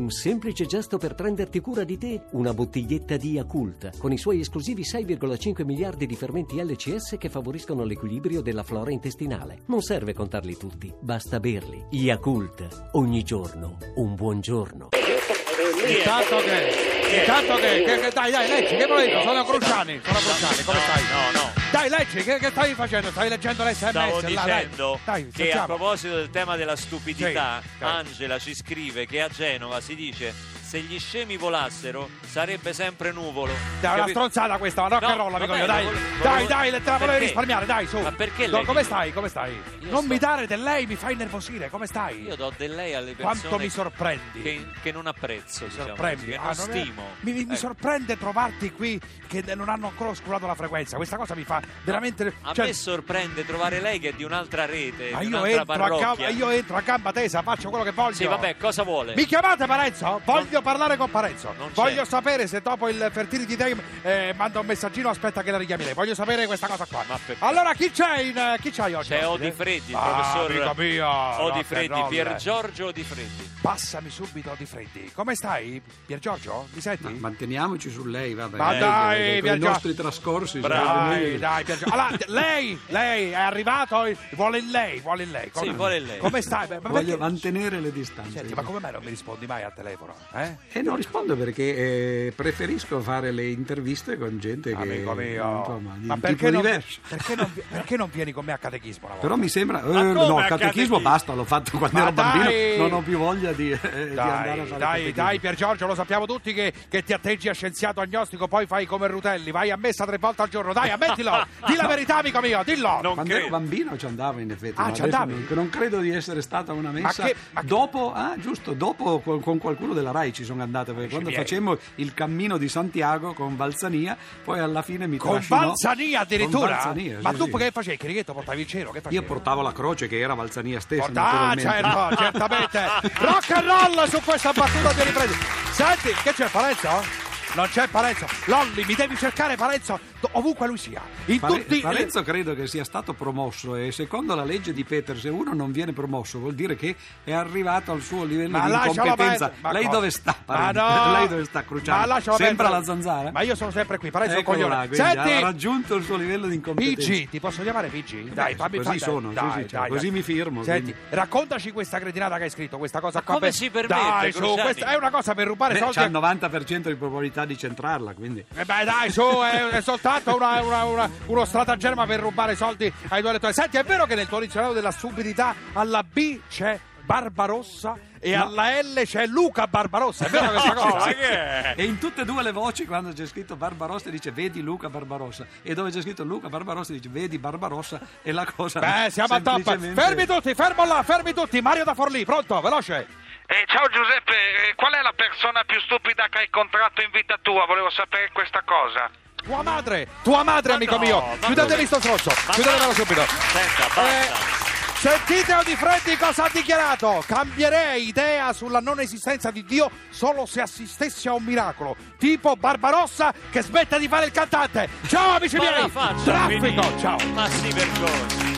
Un semplice gesto per prenderti cura di te? Una bottiglietta di Yakult, con i suoi esclusivi 6,5 miliardi di fermenti LCS che favoriscono l'equilibrio della flora intestinale. Non serve contarli tutti, basta berli. Yakult, ogni giorno, un buon giorno. Intanto che dai, leggi, che volevi? Sono Cruciani, come stai? No. Dai, leggi, che stai facendo? Stai leggendo l'SMS? Stavo là, dicendo dai, che a proposito del tema della stupidità, Sì. Angela ci scrive che a Genova si dice: se gli scemi volassero sarebbe sempre nuvolo. Dai, una stronzata questa, ma rock and roll, amico mio, dai, te la volevi risparmiare, dai, su. Ma perché lei? Come stai? Non mi dare del lei, mi fa innervosire, come stai? Io do del lei alle persone. Quanto mi sorprendi. Che non apprezzo, Sorprendi. che non stimo. Mi sorprende trovarti qui che non hanno ancora oscurato la frequenza. Questa cosa mi fa veramente. A me sorprende trovare lei che è di un'altra rete, Ma di io un'altra parrocchia. io entro a gamba tesa, faccio quello che voglio. Sì, vabbè, cosa vuole? Mi chiamate Parenzo? Voglio parlare con Parenzo. Voglio sapere se dopo il Fertility Day manda un messaggino, aspetta che la richiami lei. Voglio sapere questa cosa qua. Allora chi c'hai oggi? C'è Odifreddi, il professor Odifreddi, Pier Giorgio Odifreddi. Passami subito Odifreddi. Come stai, Pier Giorgio? Mi senti? Manteniamoci su lei, vabbè. Ma dai, con i nostri trascorsi. Dai, Pier Giorgio. Allora, lei è arrivato? Vuole lei. Sì, vuole lei. Come stai? Voglio mantenere le distanze. Senti, ma come mai non mi rispondi mai al telefono? Non rispondo perché preferisco fare le interviste con gente Amico mio, insomma, di ma un perché tipo non, diverso. perché non vieni con me a catechismo una volta? Però mi sembra come a catechismo basta, l'ho fatto quando ero bambino, non ho più voglia di andare a fare catechismo. Dai Pier Giorgio, lo sappiamo tutti che ti atteggi a scienziato agnostico, poi fai come Rutelli, vai a messa 3 volte al giorno, dai, ammettilo. Di la verità, amico mio, dillo. Quando ero bambino ci andavo in effetti, ma ci adesso andavi? non credo di essere stata una messa. Dopo con qualcuno della Rai ci sono andato, perché quando facemmo il cammino di Santiago con Valsania, poi alla fine mi trascinò. Con Valsania addirittura? Con Valsania, ma sì, tu sì. che facevi? Chirichetto portavi il cielo? Che facevi? Io portavo la croce che era Valsania stessa. Certo, certamente. Rock and roll su questa battuta di ripresi. Senti, che c'è Parenzo? Non c'è Parenzo. Lolli, mi devi cercare Parenzo ovunque lui sia. Parenzo credo che sia stato promosso e secondo la legge di Peters, se uno non viene promosso vuol dire che è arrivato al suo livello di incompetenza. Lei dove sta, Parenzo? Lei dove sta, Cruciani? Sempre alla zanzara? Ma io sono sempre qui, Parenzo è un Eccolo coglione. Senti, ha raggiunto il suo livello di incompetenza. PG, ti posso chiamare PG? Dai, fammi così sono, dai, così mi firmo. Senti, raccontaci questa cretinata che hai scritto, questa cosa qua. Come si permette? Dai, su, questa è una cosa per rubare soldi. C'ha il 90% di probabilità di centrarla, quindi. Dai, su, è soltanto uno stratagemma per rubare soldi ai tuoi lettori. Senti, è vero che nel tuo dizionario della stupidità alla B c'è Barbarossa e alla L c'è Luca Barbarossa, è vero questa cosa? E in tutte e due le voci, quando c'è scritto Barbarossa dice vedi Luca Barbarossa, e dove c'è scritto Luca Barbarossa dice vedi Barbarossa, e la cosa siamo a top. Fermi tutti, Mario da Forlì, pronto, veloce. Ciao Giuseppe, qual è la persona più stupida che hai incontrato in vita tua? Volevo sapere questa cosa. Tua madre, amico mio. Chiudetevi sto stronzo, chiudetevelo subito. Senta, basta. Sentite Odifreddi cosa ha dichiarato: cambierei idea sulla non esistenza di Dio solo se assistessi a un miracolo, tipo Barbarossa che smetta di fare il cantante. Ciao amici miei, traffico, ciao. Ma si vergogna.